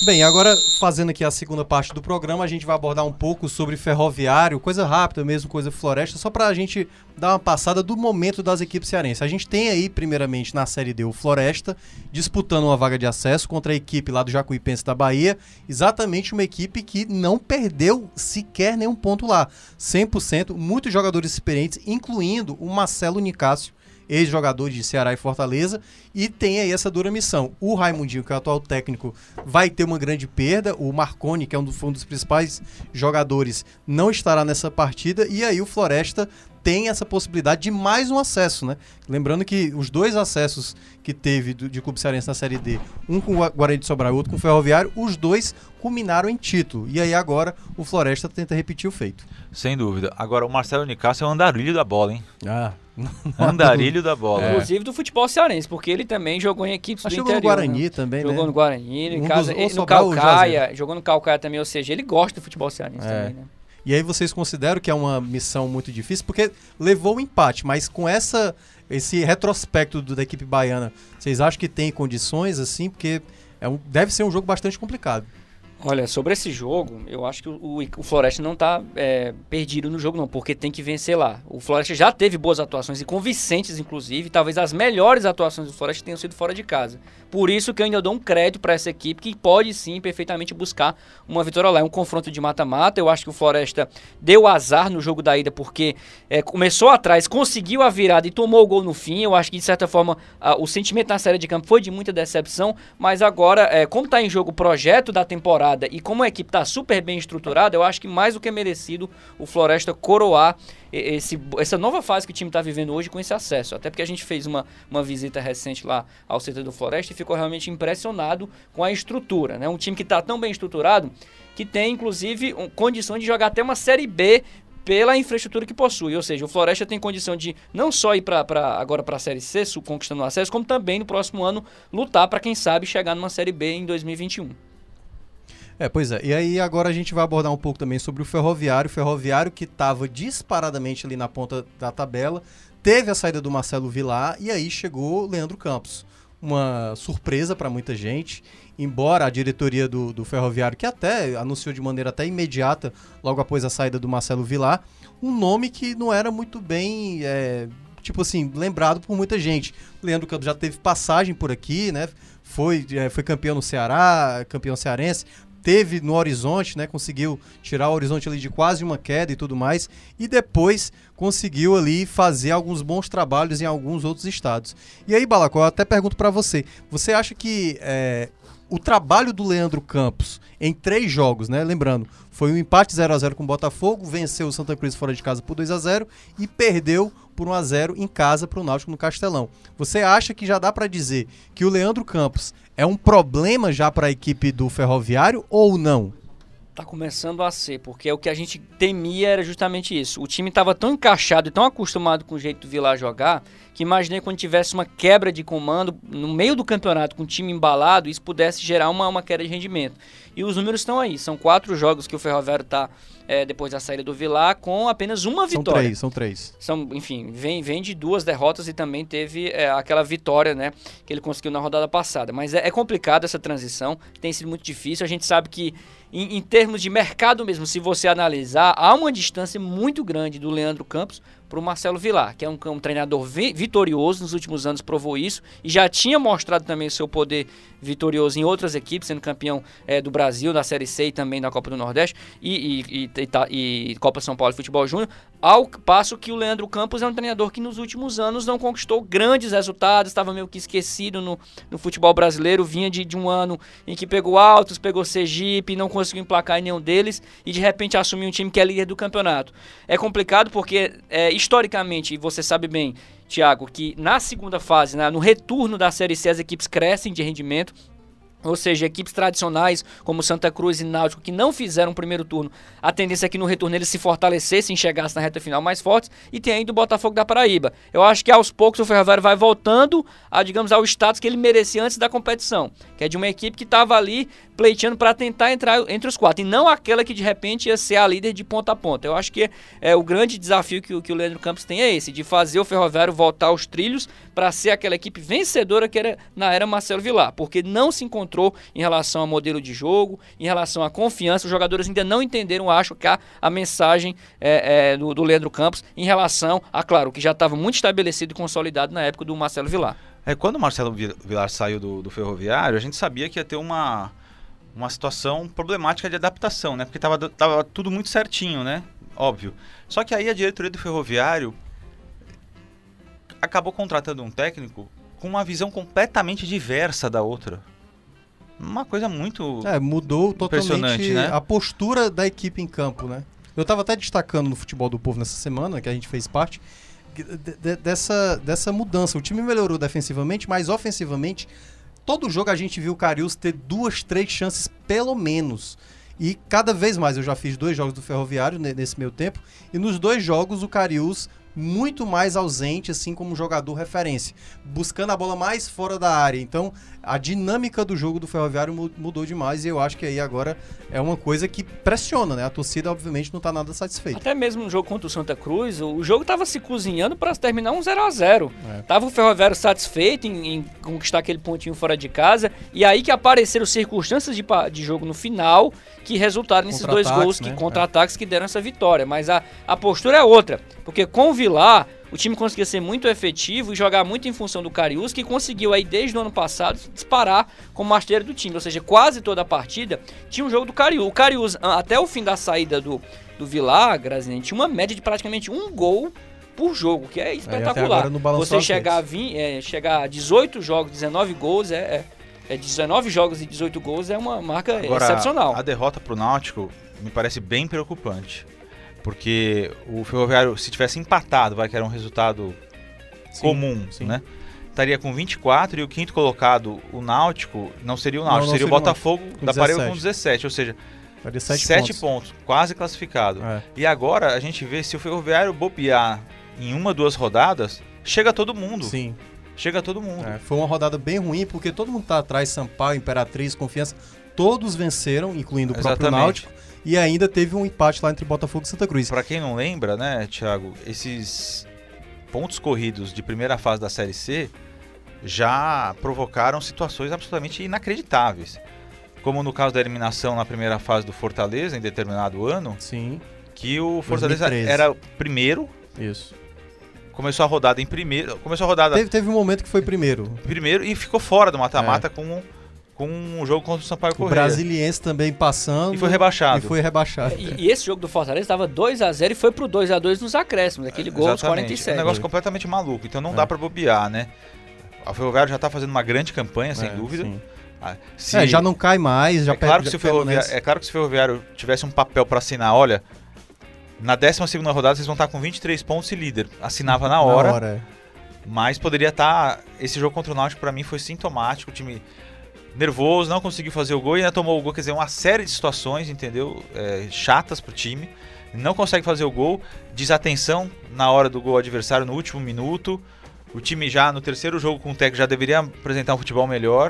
Bem, agora fazendo aqui a segunda parte do programa, a gente vai abordar um pouco sobre Ferroviário, coisa rápida mesmo, coisa Floresta, só pra gente dar uma passada do momento das equipes cearenses. A gente tem aí, primeiramente, na Série D, o Floresta, disputando uma vaga de acesso contra a equipe lá do Jacuipense da Bahia, exatamente uma equipe que não perdeu sequer nenhum ponto lá. cem por cento, muitos jogadores experientes, incluindo o Marcelo Nicásio, ex-jogador de Ceará e Fortaleza, e tem aí essa dura missão. O Raimundinho, que é o atual técnico, vai ter uma grande perda, o Marconi, que é um, do, um dos principais jogadores, não estará nessa partida, e aí o Floresta tem essa possibilidade de mais um acesso, né? Lembrando que os dois acessos que teve do, de Clube Cearense na Série D, um com o Guarani de Sobral e outro com o Ferroviário, os dois culminaram em título, e aí agora o Floresta tenta repetir o feito. Sem dúvida. Agora, o Marcelo Nicásio é um andarilho da bola, hein? Ah... Andarilho da bola. É. Inclusive do futebol cearense, porque ele também jogou em equipes Acho do jogou interior. no Guarani, né? também, Jogou né? no Guarani, Um em casa, dos- ele, ou no Sobral ou Calcaia, jogou no Calcaia também, ou seja, ele gosta do futebol cearense É. também, né? E aí vocês consideram que é uma missão muito difícil, porque levou o empate, mas com essa, esse retrospecto do- da equipe baiana, vocês acham que tem condições, assim? Porque é um, deve ser um jogo bastante complicado. Olha, sobre esse jogo, eu acho que o, o, o Floresta não tá é, perdido no jogo não, porque tem que vencer lá. O Floresta já teve boas atuações, e convincentes inclusive, talvez as melhores atuações do Floresta tenham sido fora de casa. Por isso que eu ainda dou um crédito para essa equipe, que pode sim perfeitamente buscar uma vitória lá. É um confronto de mata-mata, eu acho que o Floresta deu azar no jogo da ida, porque é, começou atrás, conseguiu a virada e tomou o gol no fim. Eu acho que de certa forma a, o sentimento na série de campo foi de muita decepção, mas agora, é, como está em jogo o projeto da temporada, e como a equipe está super bem estruturada, eu acho que mais do que merecido o Floresta coroar esse, essa nova fase que o time está vivendo hoje com esse acesso. Até porque a gente fez uma, uma visita recente lá ao C T do Floresta e ficou realmente impressionado com a estrutura, né? Um time que está tão bem estruturado que tem, inclusive, um, condições de jogar até uma Série B pela infraestrutura que possui. Ou seja, o Floresta tem condição de não só ir pra, pra, agora para a Série C, conquistando o acesso, como também no próximo ano lutar para, quem sabe, chegar numa Série B em dois mil e vinte e um. É, pois é. E aí agora a gente vai abordar um pouco também sobre o Ferroviário. O Ferroviário que estava disparadamente ali na ponta da tabela, teve a saída do Marcelo Vilar e aí chegou o Leandro Campos. Uma surpresa para muita gente, embora a diretoria do, do Ferroviário, que até anunciou de maneira até imediata, logo após a saída do Marcelo Vilar, um nome que não era muito bem... É, tipo assim, lembrado por muita gente. O Leandro Campos já teve passagem por aqui, né? Foi, é, foi campeão no Ceará, campeão cearense, teve no Horizonte, né? Conseguiu tirar o Horizonte ali de quase uma queda e tudo mais, e depois conseguiu ali fazer alguns bons trabalhos em alguns outros estados. E aí, Balacó, eu até pergunto pra você, você acha que é, o trabalho do Leandro Campos em três jogos, né? Lembrando, foi um empate zero a zero com o Botafogo, venceu o Santa Cruz fora de casa por dois a zero e perdeu por um a zero em casa para o Náutico no Castelão. Você acha que já dá para dizer que o Leandro Campos é um problema já para a equipe do Ferroviário ou não? Tá começando a ser, porque o que a gente temia era justamente isso. O time estava tão encaixado e tão acostumado com o jeito do Vilar jogar, que imaginei quando tivesse uma quebra de comando no meio do campeonato, com o time embalado, isso pudesse gerar uma, uma queda de rendimento. E os números estão aí. São quatro jogos que o Ferroviário está, é, depois da saída do Vilar, com apenas uma São vitória. três, são três. São, enfim, vem, vem de duas derrotas e também teve é, aquela vitória, né, que ele conseguiu na rodada passada. Mas é, é complicado essa transição, tem sido muito difícil. A gente sabe que, em, em termos de mercado mesmo, se você analisar, há uma distância muito grande do Leandro Campos para o Marcelo Vilar, que é um, um treinador vi, vitorioso, nos últimos anos provou isso, e já tinha mostrado também o seu poder vitorioso em outras equipes, sendo campeão é, do Brasil, da Série C e também da Copa do Nordeste, e, e, e, e, e Copa São Paulo de Futebol Júnior, ao passo que o Leandro Campos é um treinador que nos últimos anos não conquistou grandes resultados, estava meio que esquecido no, no futebol brasileiro, vinha de, de um ano em que pegou Altos, pegou Sergipe, não conseguiu emplacar em nenhum deles, e de repente assumiu um time que é líder do campeonato. É complicado porque, é, historicamente, e você sabe bem, Thiago, que na segunda fase, né, no retorno da Série C, as equipes crescem de rendimento. Ou seja, equipes tradicionais como Santa Cruz e Náutico que não fizeram o primeiro turno, a tendência é que no retorno eles se fortalecessem e chegassem na reta final mais fortes, e tem ainda o Botafogo da Paraíba. Eu acho que aos poucos o Ferroviário vai voltando a, digamos, ao status que ele merecia antes da competição, que é de uma equipe que estava ali pleiteando para tentar entrar entre os quatro, e não aquela que de repente ia ser a líder de ponta a ponta. Eu acho que é, o grande desafio que, que o Leandro Campos tem é esse, de fazer o Ferroviário voltar aos trilhos para ser aquela equipe vencedora que era na era Marcelo Vilar, porque não se encontrou encontrou em relação ao modelo de jogo, em relação à confiança. Os jogadores ainda não entenderam, acho, que a, a mensagem é, é, do, do Leandro Campos em relação a, claro, que já estava muito estabelecido e consolidado na época do Marcelo Vilar. É, quando o Marcelo Vilar saiu do, do Ferroviário, a gente sabia que ia ter uma, uma situação problemática de adaptação, né? Porque estava tava tudo muito certinho, né? Óbvio. Só que aí a diretoria do Ferroviário acabou contratando um técnico com uma visão completamente diversa da outra. Uma coisa muito é, mudou totalmente, né? A postura da equipe em campo, né? Eu estava até destacando no Futebol do Povo nessa semana, que a gente fez parte, de, de, dessa, dessa mudança. O time melhorou defensivamente, mas ofensivamente, todo jogo a gente viu o Cariús ter duas, três chances pelo menos. E cada vez mais, eu já fiz dois jogos do Ferroviário nesse meu tempo, e nos dois jogos o Cariús muito mais ausente, assim como jogador referência, buscando a bola mais fora da área. Então, a dinâmica do jogo do Ferroviário mudou demais e eu acho que aí agora é uma coisa que pressiona, né? A torcida, obviamente, não está nada satisfeita. Até mesmo no jogo contra o Santa Cruz, o jogo estava se cozinhando para terminar um zero a zero. É. Tava o Ferroviário satisfeito em, em conquistar aquele pontinho fora de casa, e aí que apareceram circunstâncias de, de jogo no final que resultaram nesses dois gols, que, né? Contra-ataques é. que deram essa vitória. Mas a, a postura é outra, porque com o Vilar, o time conseguia ser muito efetivo e jogar muito em função do Cariús, que conseguiu aí desde o ano passado disparar como artilheiro do time. Ou seja, quase toda a partida tinha um jogo do Cariús. O Cariús, até o fim da saída do, do Vilar, Graziani, tinha uma média de praticamente um gol por jogo, que é espetacular. Você chegar a, vinte, é, chegar a dezoito jogos, dezenove gols, é, é, é dezenove jogos e dezoito gols é uma marca Agora, excepcional. A derrota pro Náutico me parece bem preocupante. Porque o Ferroviário, se tivesse empatado, vai que era um resultado sim, comum, sim. né? Estaria com vinte e quatro e o quinto colocado, o Náutico, não seria o Náutico, não, não seria o Botafogo da Paraíba com dezessete, ou seja, sete pontos. pontos, quase classificado. É. E agora a gente vê, se o Ferroviário bobear em uma, duas rodadas, chega todo mundo. Sim. Chega todo mundo. É, foi uma rodada bem ruim, porque todo mundo tá atrás, Sampaio, Imperatriz, Confiança, todos venceram, incluindo o próprio Exatamente. Náutico. E ainda teve um empate lá entre Botafogo e Santa Cruz. Para quem não lembra, né, Thiago, esses pontos corridos de primeira fase da Série C já provocaram situações absolutamente inacreditáveis. Como no caso da eliminação na primeira fase do Fortaleza, em determinado ano. Sim. Que o Fortaleza dois mil e treze. era primeiro. Isso. Começou a rodada em primeiro. Começou a rodada. Teve, teve um momento que foi primeiro. Primeiro e ficou fora do mata-mata é. com. com um jogo contra o Sampaio Corrêa. O Brasiliense também passando. E foi rebaixado. E foi rebaixado. E, e esse jogo do Fortaleza estava dois a zero e foi pro dois a dois nos acréscimos, aquele gol aos quarenta e sete. É um negócio completamente maluco, então não é. dá para bobear, né? A Ferroviário já tá fazendo uma grande campanha, sem é, dúvida. Sim. Ah, se... É, já não cai mais, já é claro, perde, que se o Ferroviário, é claro que se o Ferroviário tivesse um papel para assinar, olha, na décima segunda rodada vocês vão estar com vinte e três pontos e líder. Assinava na hora. Na hora. Mas poderia estar... Tá... Esse jogo contra o Náutico, para mim, foi sintomático. O time nervoso, não conseguiu fazer o gol e ainda tomou o gol. Quer dizer, uma série de situações, entendeu? É, chatas pro time. Não consegue fazer o gol. Desatenção na hora do gol adversário no último minuto. O time já no terceiro jogo com o técnico já deveria apresentar um futebol melhor.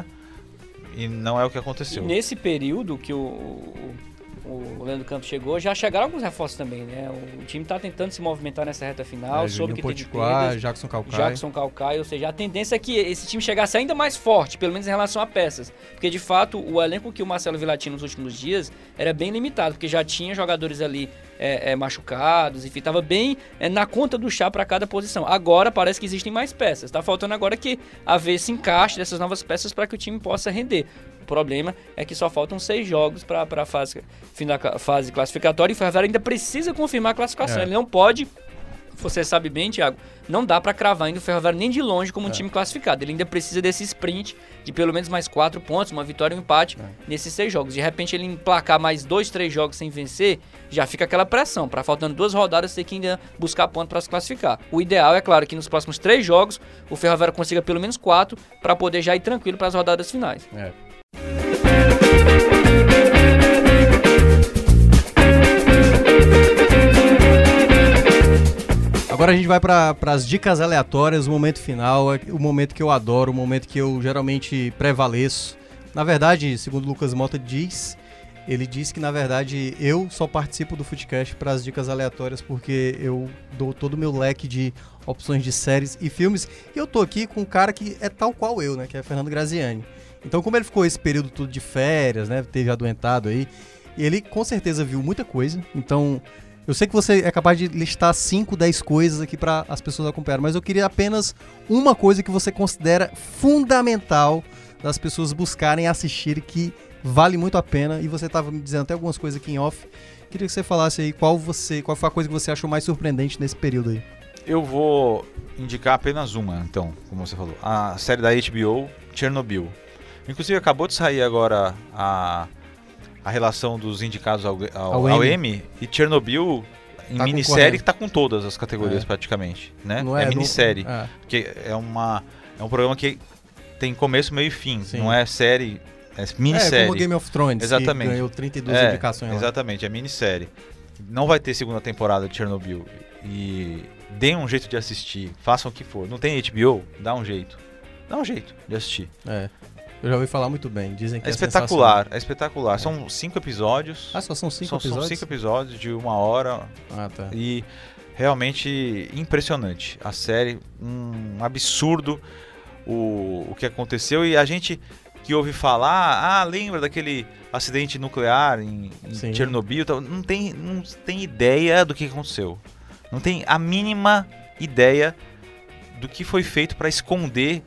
E não é o que aconteceu. E nesse período que o, o, o Leandro Campos chegou, já chegaram alguns reforços também, né? O time está tentando se movimentar nessa reta final, é, soube que Potiguar, teve perdas, Jackson Calcaia. Jackson Calcaia, ou seja, a tendência é que esse time chegasse ainda mais forte, pelo menos em relação a peças. Porque, de fato, o elenco que o Marcelo Vilar tinha nos últimos dias era bem limitado, porque já tinha jogadores ali é, é, machucados, enfim, estava bem é, na conta do chá para cada posição. Agora parece que existem mais peças. Está faltando agora que haver esse encaixe dessas novas peças para que o time possa render. O problema é que só faltam seis jogos para a fase, fim da fase classificatória e o Ferroviário ainda precisa confirmar a classificação. É. Ele não pode, você sabe bem, Thiago, não dá para cravar ainda o Ferroviário nem de longe como um é. time classificado. Ele ainda precisa desse sprint de pelo menos mais quatro pontos, uma vitória e um empate é. nesses seis jogos. De repente ele emplacar mais dois, três jogos sem vencer, já fica aquela pressão. Para faltando duas rodadas, ter que ainda buscar ponto para se classificar. O ideal é, claro, que nos próximos três jogos o Ferroviário consiga pelo menos quatro para poder já ir tranquilo para as rodadas finais. É. Agora a gente vai para as dicas aleatórias, o momento final, o momento que eu adoro, o momento que eu geralmente prevaleço. Na verdade, segundo o Lucas Mota diz, ele diz que na verdade eu só participo do Footcast para as dicas aleatórias porque eu dou todo o meu leque de opções de séries e filmes. E eu tô aqui com um cara que é tal qual eu, né, que é Fernando Graziani. Então, como ele ficou esse período todo de férias, né, teve adoentado aí, ele com certeza viu muita coisa. Então, eu sei que você é capaz de listar cinco, dez coisas aqui para as pessoas acompanharem, mas eu queria apenas uma coisa que você considera fundamental das pessoas buscarem assistir, que vale muito a pena, e você estava me dizendo até algumas coisas aqui em off. Queria que você falasse aí qual, você, qual foi a coisa que você achou mais surpreendente nesse período aí. Eu vou indicar apenas uma, então, como você falou. A série da H B O, Chernobyl. Inclusive, acabou de sair agora a, a relação dos indicados ao, ao, ao, ao Emmy, e Chernobyl, em tá minissérie, está com todas as categorias é. praticamente. Né? Não é, é minissérie, não, é. porque é, uma, é um programa que tem começo, meio e fim, Sim. não é série... É minissérie. É como Game of Thrones, exatamente. Que ganhou trinta e duas é, indicações lá. Exatamente, é minissérie. Não vai ter segunda temporada de Chernobyl. E deem um jeito de assistir, façam o que for. Não tem H B O? Dá um jeito. Dá um jeito de assistir. É, eu já ouvi falar muito bem, dizem que é, é espetacular, é espetacular. É. São cinco episódios. Ah, só são cinco são, episódios? São cinco episódios de uma hora. Ah, tá. E realmente impressionante. A série, um absurdo o, o que aconteceu. E a gente... que ouve falar, ah, lembra daquele acidente nuclear em, em Chernobyl, não tem, não tem ideia do que aconteceu. Não tem a mínima ideia do que foi feito para esconder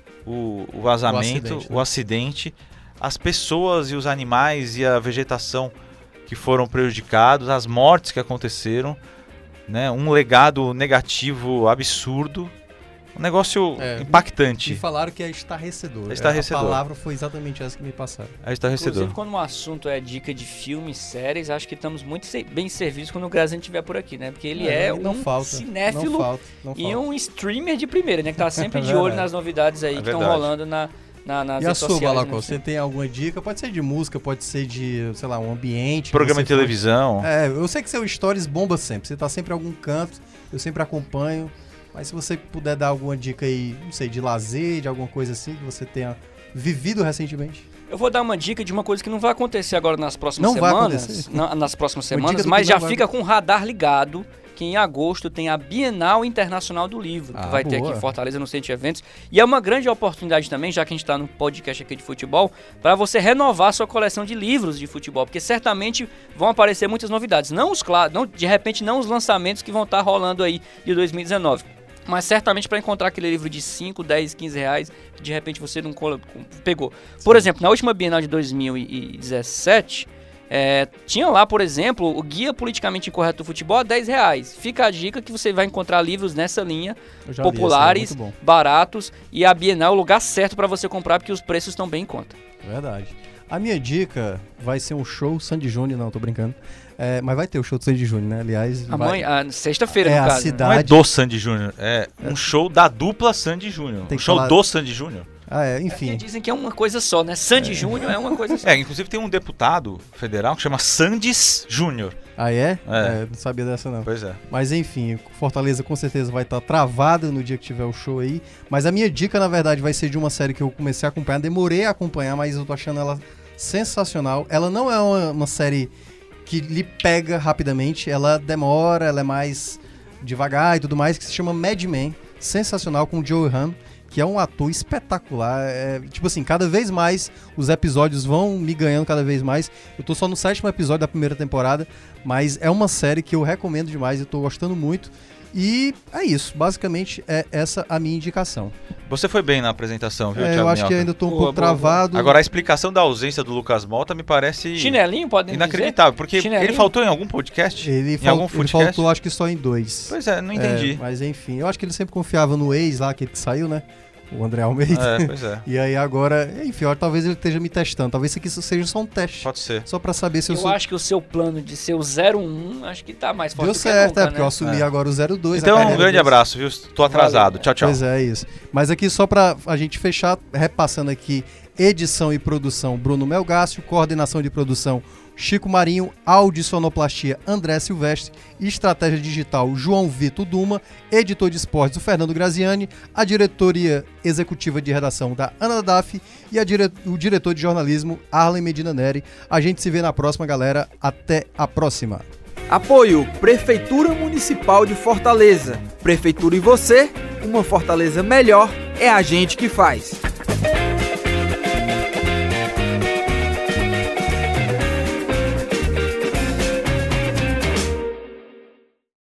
o, o vazamento, o acidente, né? o acidente, as pessoas e os animais e a vegetação que foram prejudicados, as mortes que aconteceram, né? Um legado negativo absurdo. Um negócio é, impactante. Me falaram que é estarrecedor. É estarrecedor. A palavra foi exatamente essa que me passaram. É estarrecedor. Inclusive, quando o assunto é dica de filmes, séries, acho que estamos muito bem servidos quando o Graziano estiver por aqui, né? Porque ele é, é um falta, cinéfilo não falta, não e falta. um streamer de primeira, né? Que tá sempre é de olho nas novidades aí é que estão rolando na, na, nas e redes a sociais. E a sua, Balacó, você tem alguma dica? Pode ser de música, pode ser de, sei lá, um ambiente. Programa de televisão. Faz... É, eu sei que seu Stories bomba sempre. Você tá sempre em algum canto, eu sempre acompanho. Mas se você puder dar alguma dica aí, não sei, de lazer, de alguma coisa assim que você tenha vivido recentemente. Eu vou dar uma dica de uma coisa que não vai acontecer agora nas próximas não semanas. Vai acontecer. Na, nas próximas semanas, mas já vai... fica com o radar ligado, que em agosto tem a Bienal Internacional do Livro, que ah, vai boa. ter aqui em Fortaleza, no Centro de Eventos. E é uma grande oportunidade também, já que a gente está no podcast aqui de futebol, para você renovar sua coleção de livros de futebol, porque certamente vão aparecer muitas novidades. Não os não, de repente não os lançamentos que vão estar rolando aí de dois mil e dezenove. Mas certamente para encontrar aquele livro de cinco, dez, quinze reais que de repente você não pegou. Por Sim. exemplo, na última Bienal de dois mil e dezessete, é, tinha lá, por exemplo, o Guia Politicamente Incorreto do Futebol a dez reais. Fica a dica que você vai encontrar livros nessa linha, populares, li, baratos, e a Bienal é o lugar certo para você comprar porque os preços estão bem em conta. Verdade. A minha dica vai ser um show Sandy Júnior, não, tô brincando. É, mas vai ter o show do Sandy Júnior, né? Aliás, amanhã, sexta-feira, é no a caso. Cidade... Não é do Sandy Júnior, é um show da dupla Sandy Júnior. Um show falar... do Sandy Júnior. Ah, é, enfim. É, dizem que é uma coisa só, né? Sandy é. Júnior é uma coisa só. É, inclusive tem um deputado federal que chama Sandys Júnior. Ah, é? É. é? Não sabia dessa, não. Pois é. Mas enfim, Fortaleza com certeza vai estar travado no dia que tiver o show aí. Mas a minha dica, na verdade, vai ser de uma série que eu comecei a acompanhar. Demorei a acompanhar, mas eu tô achando ela sensacional. Ela não é uma, uma série que lhe pega rapidamente. Ela demora, ela é mais devagar e tudo mais, que se chama Mad Men. Sensacional, com o Joe Hamm, que é um ator espetacular. É, tipo assim, cada vez mais os episódios vão me ganhando cada vez mais. Eu tô só no sétimo episódio da primeira temporada, mas é uma série que eu recomendo demais, eu tô gostando muito. E é isso, basicamente é essa a minha indicação. Você foi bem na apresentação, viu, é, Thiago Eu acho Minhoca? que ainda tô um boa, pouco boa, travado. boa. Agora, a explicação da ausência do Lucas Mota me parece Chinelinho, podem inacreditável, dizer? porque Chinelinho? ele faltou em algum podcast? Ele, em fal- algum ele faltou, acho que só em dois. Pois é, não entendi. É, mas enfim, eu acho que ele sempre confiava no ex lá, que saiu, né? O André Almeida. É, pois é. E aí agora, enfim, ó, talvez ele esteja me testando. Talvez isso aqui seja só um teste. Pode ser. Só pra saber se eu, eu sou... Eu acho que o seu plano de ser o zero um, acho que tá mais forte Deu do certo, que nunca, é, porque né? eu assumi é. agora o zero dois. Então, um grande abraço, viu? Tô atrasado. Valeu. Tchau, tchau. Pois é, isso. Mas aqui só pra a gente fechar, repassando aqui, edição e produção Bruno Melgácio, coordenação de produção Chico Marinho, áudio e sonoplastia André Silvestre, estratégia digital João Vitor Duma, editor de esportes o Fernando Graziani, a diretoria executiva de redação da Ana Daff e a dire... o diretor de jornalismo Arlen Medina Neri. A gente se vê na próxima, galera. Até a próxima. Apoio Prefeitura Municipal de Fortaleza. Prefeitura e você, uma Fortaleza melhor é a gente que faz.